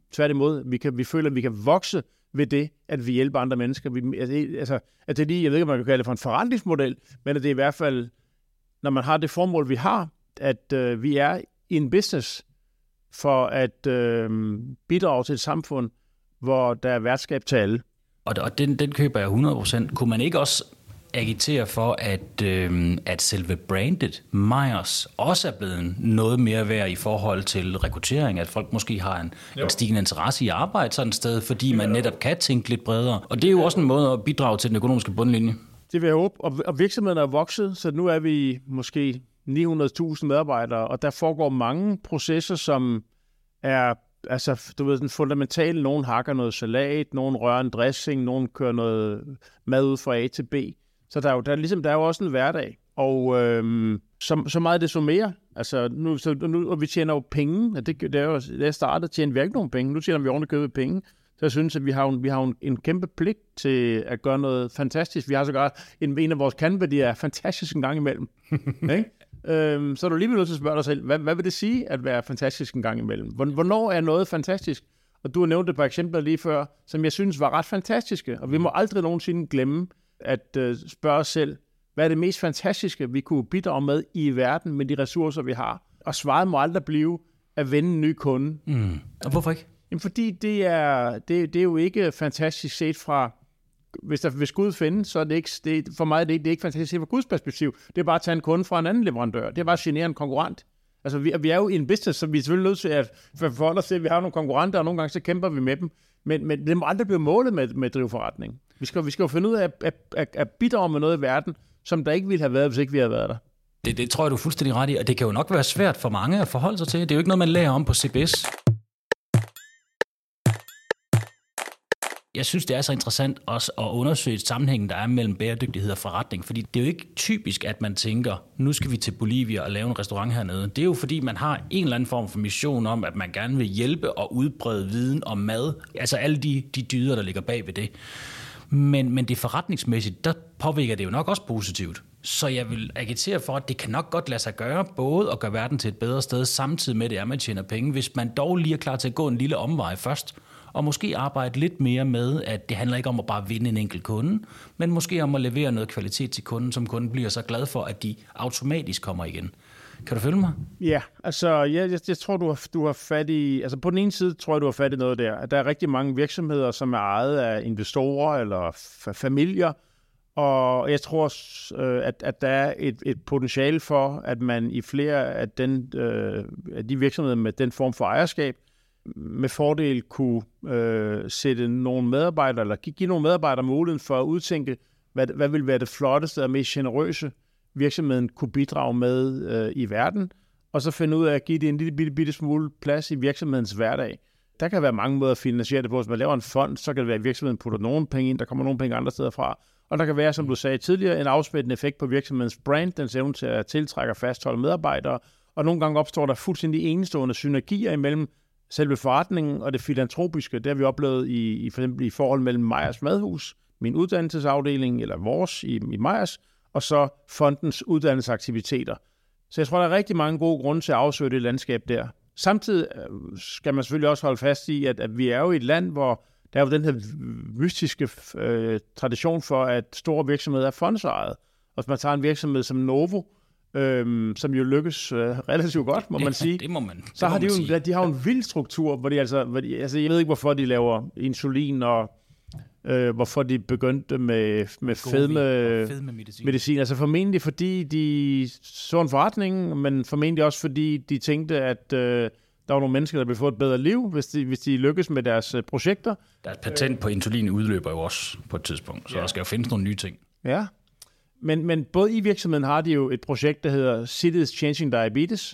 Tværtimod, vi føler, at vi kan vokse ved det, at vi hjælper andre mennesker. At det er lige, jeg ved ikke, om man kan kalde det for en forretningsmodel, men at det er i hvert fald, når man har det formål, vi har, at vi er i en business for at bidrage til et samfund, hvor der er værtskab til alle. Og den køber jeg 100%. Kunne man ikke også agitere for, at selve brandet Meyers også er blevet noget mere værd i forhold til rekruttering, at folk måske har en stigende interesse i at arbejde sådan et sted, fordi man netop kan tænke lidt bredere. Og det er jo også en måde at bidrage til den økonomiske bundlinje. Det vil jeg håbe. Og virksomheden er vokset, så nu er vi måske 900.000 medarbejdere, og der foregår mange processer, som er sådan fundamentale. Nogen hakker noget salat, nogen rører en dressing, nogen kører noget mad ud fra A til B. Så der er jo også en hverdag. Og så meget det summerer. Altså nu og vi tjener jo penge. Det er jo, da jeg startede, tjener vi ikke nogen penge. Nu tjener vi ordentligt købet penge. Så jeg synes, at vi har en kæmpe pligt til at gøre noget fantastisk. Vi har sågar en af vores kerneværdier er fantastisk en gang imellem. Ikke? Så er du lige nødt til at spørge dig selv, hvad vil det sige at være fantastisk en gang imellem? Hvornår er noget fantastisk? Og du har nævnt et par eksempler lige før, som jeg synes var ret fantastiske. Og vi må aldrig nogensinde glemme at spørge os selv, hvad er det mest fantastiske, vi kunne bidrage med i verden med de ressourcer, vi har? Og svaret må aldrig blive at vende en ny kunde. Og hvorfor ikke? Jamen, fordi det er jo ikke fantastisk set fra, hvis Gud findes, så er det ikke, for mig det er ikke fantastisk set fra Guds perspektiv. Det er bare at tage en kunde fra en anden leverandør. Det er bare at genere en konkurrent. Altså, vi er jo i en business, så vi er selvfølgelig nødt til at forholde os til, at vi har nogle konkurrenter, og nogle gange så kæmper vi med dem. Men det må aldrig blive målet med drivforretning. Vi skal jo finde ud af at bidrage med noget i verden, som der ikke ville have været, hvis ikke vi havde været der. Det tror jeg, du er fuldstændig ret i, og det kan jo nok være svært for mange at forholde sig til. Det er jo ikke noget, man lærer om på CBS. Jeg synes, det er så interessant også at undersøge sammenhængen, der er mellem bæredygtighed og forretning. Fordi det er jo ikke typisk, at man tænker, nu skal vi til Bolivia og lave en restaurant hernede. Det er jo fordi, man har en eller anden form for mission om, at man gerne vil hjælpe og udbrede viden om mad. Altså alle de dyder, der ligger bag ved det. Men det forretningsmæssigt, der påvirker det jo nok også positivt. Så jeg vil agitere for, at det kan nok godt lade sig gøre, både at gøre verden til et bedre sted, samtidig med det er, at man tjener penge, hvis man dog lige er klar til at gå en lille omvej først, og måske arbejde lidt mere med, at det handler ikke om at bare vinde en enkelt kunde, men måske om at levere noget kvalitet til kunden, som kunden bliver så glad for, at de automatisk kommer igen. Kan du følge mig? Ja, altså jeg tror, du har fat i... Altså på den ene side tror jeg, du har fat i noget der. At der er rigtig mange virksomheder, som er ejet af investorer eller familier, og jeg tror, at der er et potentiale for, at man i flere af de virksomheder med den form for ejerskab, med fordel kunne sætte nogle medarbejdere, eller give nogle medarbejdere muligheden for at udtænke, hvad vil være det flotteste og mest generøse virksomheden kunne bidrage med i verden, og så finde ud af at give det en lille bitte smule plads i virksomhedens hverdag. Der kan være mange måder at finansiere det på. Hvis man laver en fond, så kan det være, at virksomheden putter nogle penge ind, der kommer nogle penge andre steder fra. Og der kan være, som du sagde tidligere, en afsmittende effekt på virksomhedens brand, den evne til at tiltrække og fastholde medarbejdere, og nogle gange opstår der fuldstændig enestående synergier imellem selve forretningen og det filantropiske. Det har vi oplevet for eksempel i forhold mellem Meyers Madhus, min uddannelsesafdeling, eller vores i Meyers, og så fondens uddannelsesaktiviteter. Så jeg tror, der er rigtig mange gode grunde til at afsøge det landskab der. Samtidig skal man selvfølgelig også holde fast i, at vi er jo i et land, hvor der er jo den her mystiske tradition for, at store virksomheder er fondsejet. Og hvis man tager en virksomhed som Novo, som jo lykkes relativt godt, må man sige. Det må man. Så har de har jo en vild struktur, hvor de altså jeg ved ikke, hvorfor de laver insulin, og hvorfor de begyndte med fedme-medicin. Altså formentlig fordi de så en forretning, men formentlig også fordi de tænkte, at der var nogle mennesker, der ville få et bedre liv, hvis de lykkes med deres projekter. Deres patent på insulin udløber jo også på et tidspunkt, så der skal jo findes nogle nye ting. Ja, men både i virksomheden har de jo et projekt, der hedder Cities Changing Diabetes.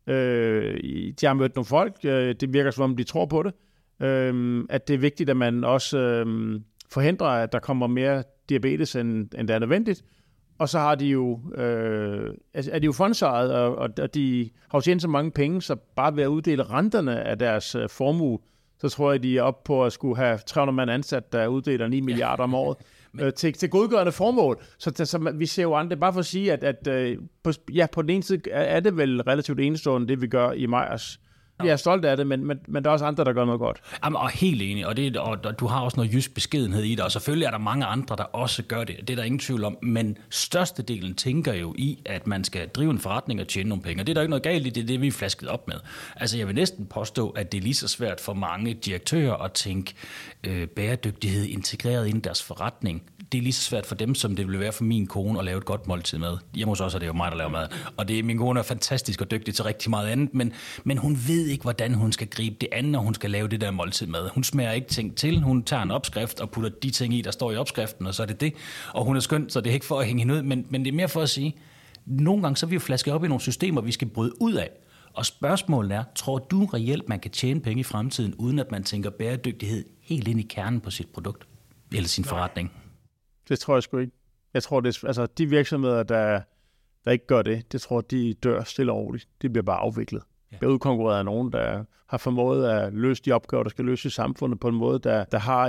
De har mødt nogle folk, det virker som om de tror på det, at det er vigtigt, at man også forhindrer, at der kommer mere diabetes, end der er nødvendigt. Og så har de jo, er de jo fondsejet, og de har jo tjent så mange penge, så bare ved at uddele renterne af deres formue, så tror jeg, de er oppe på at skulle have 300 mand ansat, der uddeler 9 milliarder om året til godgørende formål. Så vi ser jo andre, bare for at sige, at på den ene side er det vel relativt enestående, det vi gør i Meyers, Jeg er stolt af det, men der er også andre, der gør noget godt. Jamen, og helt enig, og du har også noget jysk beskedenhed i det, og selvfølgelig er der mange andre, der også gør det. Det er der ingen tvivl om, men størstedelen tænker jo i, at man skal drive en forretning og tjene nogle penge, og det er der ikke noget galt i, det er det, vi er flasket op med. Altså, jeg vil næsten påstå, at det er lige så svært for mange direktører at tænke bæredygtighed integreret ind i deres forretning. Det er lige så svært for dem, som det vil være for min kone at lave et godt måltid mad. Hjemme hos os er det jo mig, der laver mad. Og min kone er fantastisk og dygtig til rigtig meget andet, men hun ved ikke, hvordan hun skal gribe det an, når hun skal lave det der måltid mad. Hun smager ikke ting til. Hun tager en opskrift og putter de ting i, der står i opskriften, og så er det det. Og hun er skøn, så det er ikke for at hænge hende ud, men det er mere for at sige, nogle gange så er vi jo flasket op i nogle systemer, vi skal bryde ud af. Og spørgsmålet er, tror du reelt, man kan tjene penge i fremtiden, uden at man tænker bæredygtighed helt ind i kernen på sit produkt eller sin forretning? Det tror jeg sgu ikke. Jeg tror, de virksomheder, der ikke gør det, det tror de dør stille og roligt. De bliver bare afviklet. Ja. Bliver udkonkurreret af nogen, der har formået at løse de opgaver, der skal løse i samfundet på en måde, der har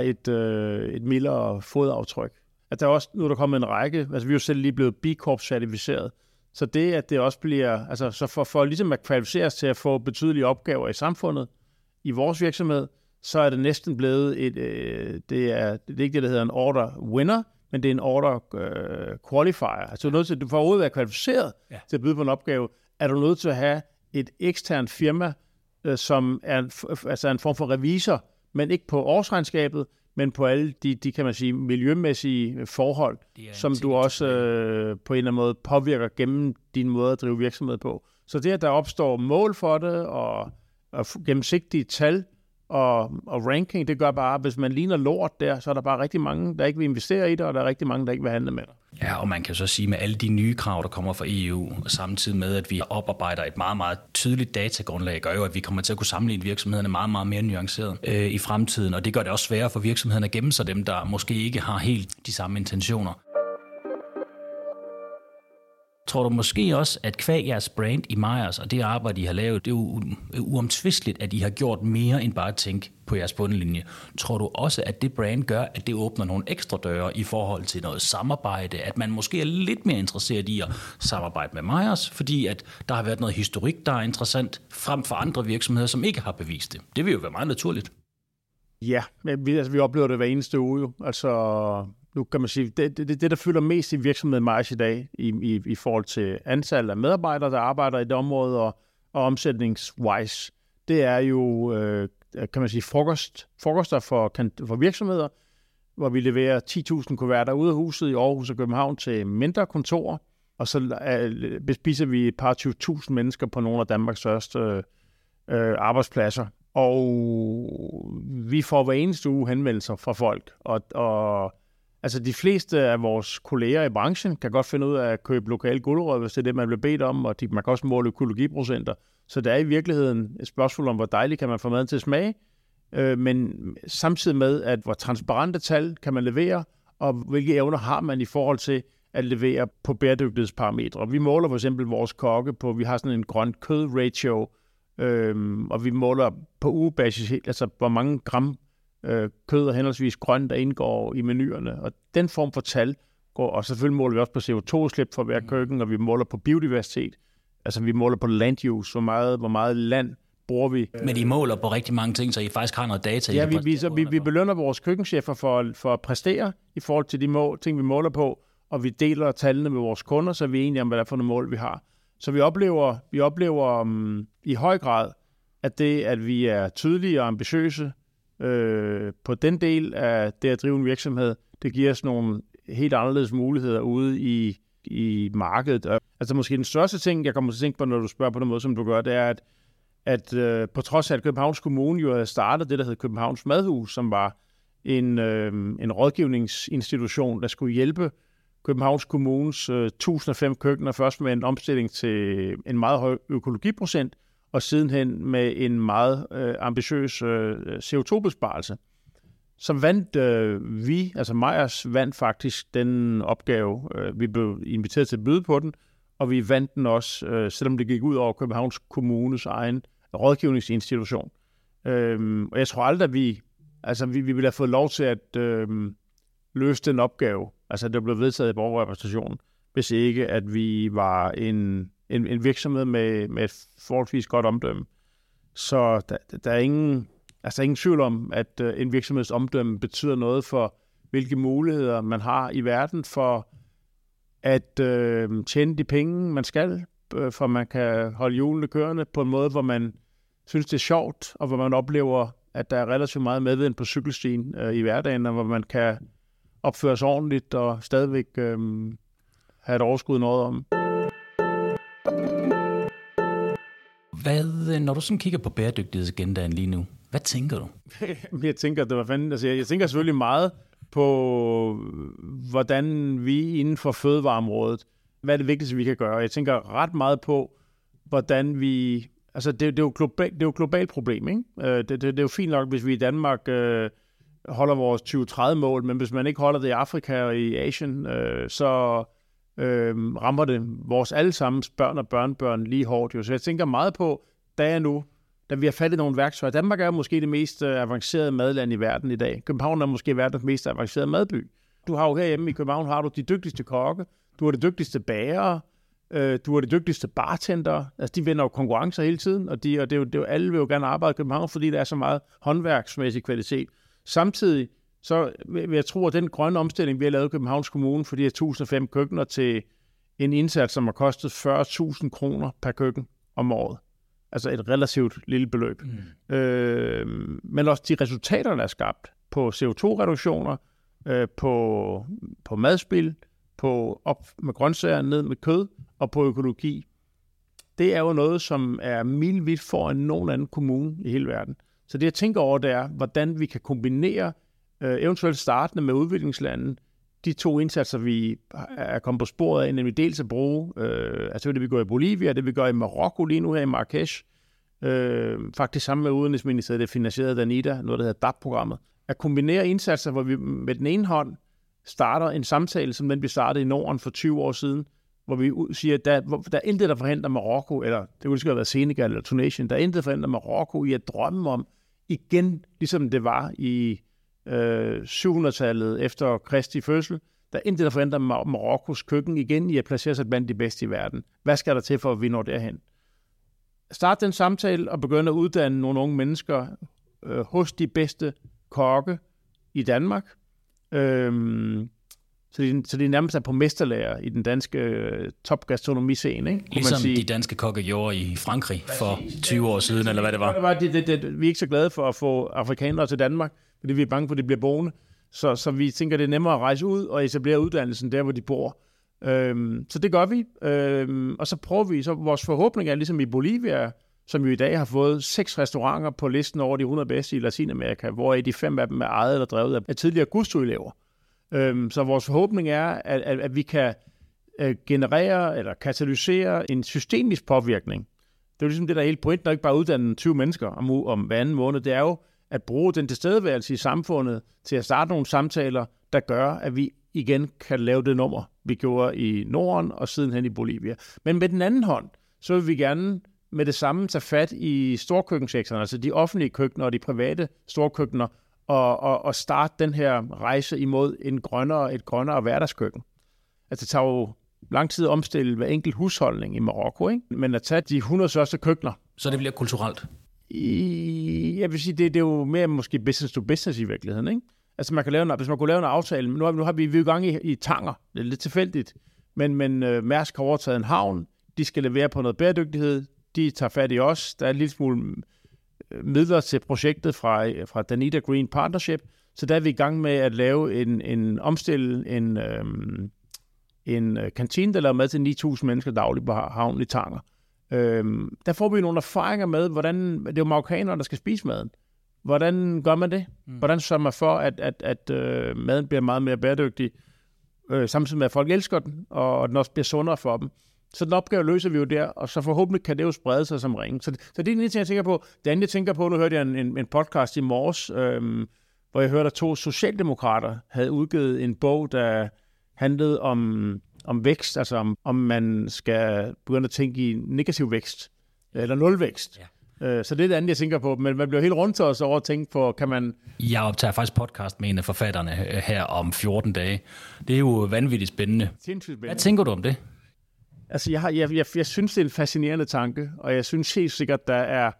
et mildere fodaftryk. At der også, nu er der kommet en række, altså vi er jo selv lige blevet B Corp-certificeret, så det, at det også bliver, altså så for ligesom at kvalificeres til at få betydelige opgaver i samfundet, i vores virksomhed, så er det næsten blevet det er ikke det, der hedder en order winner, men det er en order qualifier. Altså du får overhovedet at være kvalificeret til at byde på en opgave, er du nødt til at have et eksternt firma, som er en form for revisor, men ikke på årsregnskabet, men på alle de kan man sige, miljømæssige forhold, som du også på en eller anden måde påvirker gennem din måde at drive virksomhed på. Så det, at der opstår mål for det, og gennemsigtige tal, og ranking, det gør bare, hvis man ligner lort der, så er der bare rigtig mange, der ikke vil investere i det, og der er rigtig mange, der ikke vil handle med det. Ja, og man kan så sige, med alle de nye krav, der kommer fra EU, og samtidig med, at vi oparbejder et meget, meget tydeligt datagrundlag, gør jo, at vi kommer til at kunne sammenligne virksomhederne meget, meget mere nuanceret i fremtiden, og det gør det også sværere for virksomhederne at gemme sig dem, der måske ikke har helt de samme intentioner. Tror du måske også, at kvæg jeres brand i Meyers og det arbejde, I har lavet, det er jo uomtvisteligt, at I har gjort mere end bare at tænke på jeres bundlinje. Tror du også, at det brand gør, at det åbner nogle ekstra døre i forhold til noget samarbejde, at man måske er lidt mere interesseret i at samarbejde med Meyers, fordi at der har været noget historik, der er interessant, frem for andre virksomheder, som ikke har bevist det? Det vil jo være meget naturligt. Ja, men vi oplever det hver eneste uge jo. Altså, nu kan man sige, det der fylder mest i virksomheden Meyers i dag, i forhold til antal af medarbejdere, der arbejder i det område, og omsætningswise, det er jo, kan man sige, frokoster for virksomheder, hvor vi leverer 10.000 kuverter ud af huset i Aarhus og København til mindre kontorer, og så bespiser vi et par 20.000 mennesker på nogle af Danmarks største arbejdspladser. Og vi får hver eneste uge henvendelser fra folk, og altså de fleste af vores kolleger i branchen kan godt finde ud af at købe lokale gulerødder, hvis det er det, man bliver bedt om, og man kan også måle økologiprocenter. Så det er i virkeligheden et spørgsmål om, hvor dejligt kan man få maden til at smage, men samtidig med, at hvor transparente tal kan man levere, og hvilke evner har man i forhold til at levere på bæredygtighedsparametre. Vi måler for eksempel vores kokke på, vi har sådan en grøn kød-ratio, og vi måler på ugebasis, altså hvor mange gram kød og henholdsvis grønt, der indgår i menuerne. Og den form for tal går, og selvfølgelig måler vi også på CO2-slip for hver køkken, og vi måler på biodiversitet. Altså vi måler på land use, hvor meget land bruger vi. Men I måler på rigtig mange ting, så I faktisk har noget data. Ja, vi belønner vores køkkenchefer for at præstere i forhold til de ting, vi måler på, og vi deler tallene med vores kunder, så vi er enige om, hvad der er for nogle mål, vi har. Så vi oplever i høj grad, at det, at vi er tydelige og ambitiøse på den del af det at drive en virksomhed, det giver os nogle helt anderledes muligheder ude i markedet. Altså måske den største ting, jeg kommer til at tænke på, når du spørger på den måde, som du gør, det er, at på trods af, at Københavns Kommune jo havde startet det, der hed Københavns Madhus, som var en rådgivningsinstitution, der skulle hjælpe Københavns Kommunes 1005 køkkener, først med en omstilling til en meget høj økologiprocent, og sidenhen med en meget ambitiøs CO2-besparelse. Så vandt vi, altså Meyers vandt faktisk den opgave. Vi blev inviteret til at byde på den, og vi vandt den også, selvom det gik ud over Københavns Kommunes egen rådgivningsinstitution. Og jeg tror aldrig, at vi ville have fået lov til at løse den opgave. Altså, det blev vedtaget i borgerrepræsentationen, hvis ikke, at vi var en virksomhed med et forholdsvis godt omdømme. Så der er ingen tvivl om, at en virksomheds omdømme betyder noget for, hvilke muligheder man har i verden for at tjene de penge, man skal, for man kan holde hjulene kørende på en måde, hvor man synes, det er sjovt, og hvor man oplever, at der er relativt meget medvind på cykelstien i hverdagen, og hvor man kan opføre sig ordentligt og stadigvæk have et overskud noget om. Når du sådan kigger på bæredygtighedsagendaen lige nu, hvad tænker du? Jeg tænker selvfølgelig meget på, hvordan vi inden for fødevareområdet, hvad er det vigtigste, vi kan gøre. Jeg tænker ret meget på, hvordan vi... Altså, det er jo et globalt problem, ikke? Det er jo fint nok, hvis vi i Danmark holder vores 2030-mål, men hvis man ikke holder det i Afrika og i Asien, så rammer det vores allesammens børn og børnebørn lige hårdt. Jo. Så jeg tænker meget på, da vi har fat i nogle værktøjer. Danmark er måske det mest avancerede madland i verden i dag. København er måske verdens mest avancerede madby. Du har jo herhjemme i København, har du de dygtigste kokke, du har de dygtigste bagere, du har de dygtigste bartender. Altså, de vinder jo konkurrencer hele tiden, og det er jo, alle vil jo gerne arbejde i København, fordi der er så meget håndværksmæssig kvalitet. Samtidig så vil jeg tro, at den grønne omstilling, vi har lavet i Københavns Kommune for de her 1005 køkkener til en indsats, som har kostet 40.000 kroner per køkken om året. Altså et relativt lille beløb. Men også de resultater, der er skabt på CO2-reduktioner, på madspil, på op med grøntsager, ned med kød og på økologi. Det er jo noget, som er milvidt foran nogen anden kommune i hele verden. Så det, jeg tænker over, det er, hvordan vi kan kombinere, eventuelt startende med udviklingslande, de to indsatser, vi er kommet på sporet af, nemlig dels at bruge, altså det vi gør i Bolivia, det vi gør i Marokko lige nu her i Marrakesh, faktisk sammen med Udenrigsministeriet, det finansierede Danida, noget der hedder DAP-programmet, at kombinere indsatser, hvor vi med den ene hånd starter en samtale, som den vi startede i Norden for 20 år siden, hvor vi siger, at der er intet, der forhindrer Marokko, eller det kunne have været Senegal eller Tunesien, der er intet, der forhindrer Marokko i at drømme om, igen, ligesom det var i 700-tallet efter Kristi fødsel, der er intet, der forhindrer Marokkos køkken igen i at placere sig blandt de bedste i verden. Hvad skal der til, for at vi når derhen? Start den samtale og begynde at uddanne nogle unge mennesker hos de bedste kokke i Danmark, så de nærmest er på mesterlærer i den danske topgastronomiscene, ikke? Ligesom de danske kokke gjorde i Frankrig for 20 år siden, eller hvad det var. Vi er ikke så glade for at få afrikanere til Danmark, fordi vi er bange for, at de bliver boende. Så vi tænker, det er nemmere at rejse ud og etablere uddannelsen der, hvor de bor. Så det gør vi. Og så prøver vi. Så vores forhåbning er, ligesom i Bolivia, som jo i dag har fået 6 restauranter på listen over de 100 bedste i Latinamerika, hvor de 5 af dem er ejet eller drevet af tidligere Gusto-elever. Så vores forhåbning er, at vi kan generere eller katalysere en systemisk påvirkning. Det er jo ligesom det, der er helt pointen, og ikke bare uddanne 20 mennesker om hver anden måned. Det er jo at bruge den tilstedeværelse i samfundet til at starte nogle samtaler, der gør, at vi igen kan lave det nummer, vi gjorde i Norden og sidenhen i Bolivia. Men med den anden hånd, så vil vi gerne med det samme tage fat i storkøkkensektoren, altså de offentlige køkkener og de private storkøkkener, og starte den her rejse imod et grønnere hverdagskøkken. Altså det tager jo lang tid at omstille hver enkelt husholdning i Marokko, ikke? Men at tage de 100 største køkkener. Så det bliver kulturelt? Jeg vil sige, det er jo mere måske business to business i virkeligheden, ikke? Altså hvis man kunne lave en aftale, nu har vi jo i gang i Tanger, det er lidt tilfældigt, men Mærsk har overtaget en havn, de skal levere på noget bæredygtighed, de tager fat i os, der er en lille smule midler til projektet fra Danida Green Partnership, så der er vi i gang med at lave en kantine, der laver mad til 9.000 mennesker dagligt på havnen i Tanger. Der får vi nogle erfaringer med, hvordan det er jo marokkanere, der skal spise maden. Hvordan gør man det? Hvordan sørger man for, at maden bliver meget mere bæredygtig, samtidig med, at folk elsker den, og den også bliver sundere for dem. Så den opgave løser vi jo der, og så forhåbentlig kan det jo sprede sig som ring. Så det er den ene ting, jeg tænker på. Det andet, jeg tænker på, nu hørte jeg en podcast i morges, hvor jeg hørte, at 2 socialdemokrater havde udgivet en bog, der handlede om vækst, altså om man skal begynde at tænke i negativ vækst, eller nulvækst. Ja. Så det er det andet, jeg tænker på. Men man bliver helt rundt til os over at tænke på, kan man... Jeg optager faktisk podcast med en af forfatterne her om 14 dage. Det er jo vanvittigt spændende. Hvad tænker du om det? Altså, jeg synes, det er en fascinerende tanke, og jeg synes helt sikkert, der er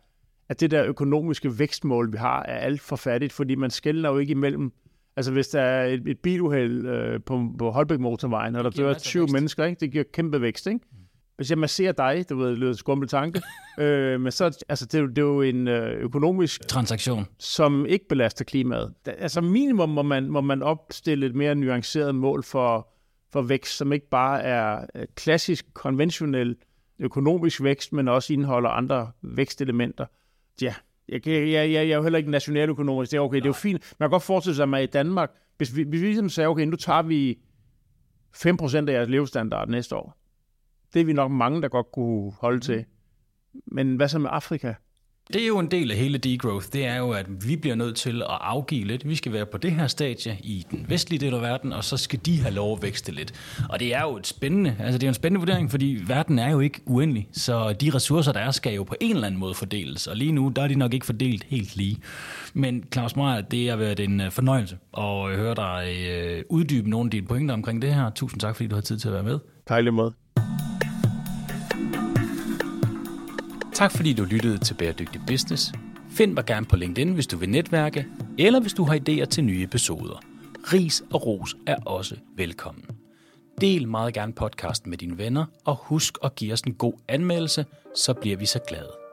at det der økonomiske vækstmål, vi har, er alt for fattigt, fordi man skelner jo ikke imellem. Altså hvis der er et biluheld på Holbæk Motorvejen, og der dør 20 mennesker, ikke? Det giver kæmpe vækst, ikke? Hvis jeg masserer dig, det lyder et skummel tanke, men så, altså, det er jo en økonomisk transaktion, som ikke belaster klimaet. Altså minimum må man opstille et mere nuanceret mål for vækst, som ikke bare er klassisk, konventionel økonomisk vækst, men også indeholder andre vækstelementer. Ja, jeg er jo heller ikke nationaløkonomisk. Det er okay, det er jo fint. Man kan godt forestille sig, at man i Danmark, hvis vi ligesom sagde, okay, nu tager vi 5% af jeres levestandard næste år. Det er vi nok mange, der godt kunne holde til. Men hvad så med Afrika? Det er jo en del af hele degrowth. Det er jo, at vi bliver nødt til at afgive lidt. Vi skal være på det her stadie i den vestlige del af verden, og så skal de have lov at vækste lidt. Og det er jo det er jo en spændende vurdering, fordi verden er jo ikke uendelig. Så de ressourcer, der er, skal jo på en eller anden måde fordeles. Og lige nu, der er de nok ikke fordelt helt lige. Men Claus Meyer, det har været en fornøjelse at høre dig uddybe nogle af dine pointer omkring det her. Tusind tak, fordi du har tid til at være med. Dejlig måde. Tak fordi du lyttede til Bæredygtig Business. Find mig gerne på LinkedIn, hvis du vil netværke, eller hvis du har idéer til nye episoder. Ris og ros er også velkommen. Del meget gerne podcasten med dine venner, og husk at give os en god anmeldelse, så bliver vi så glade.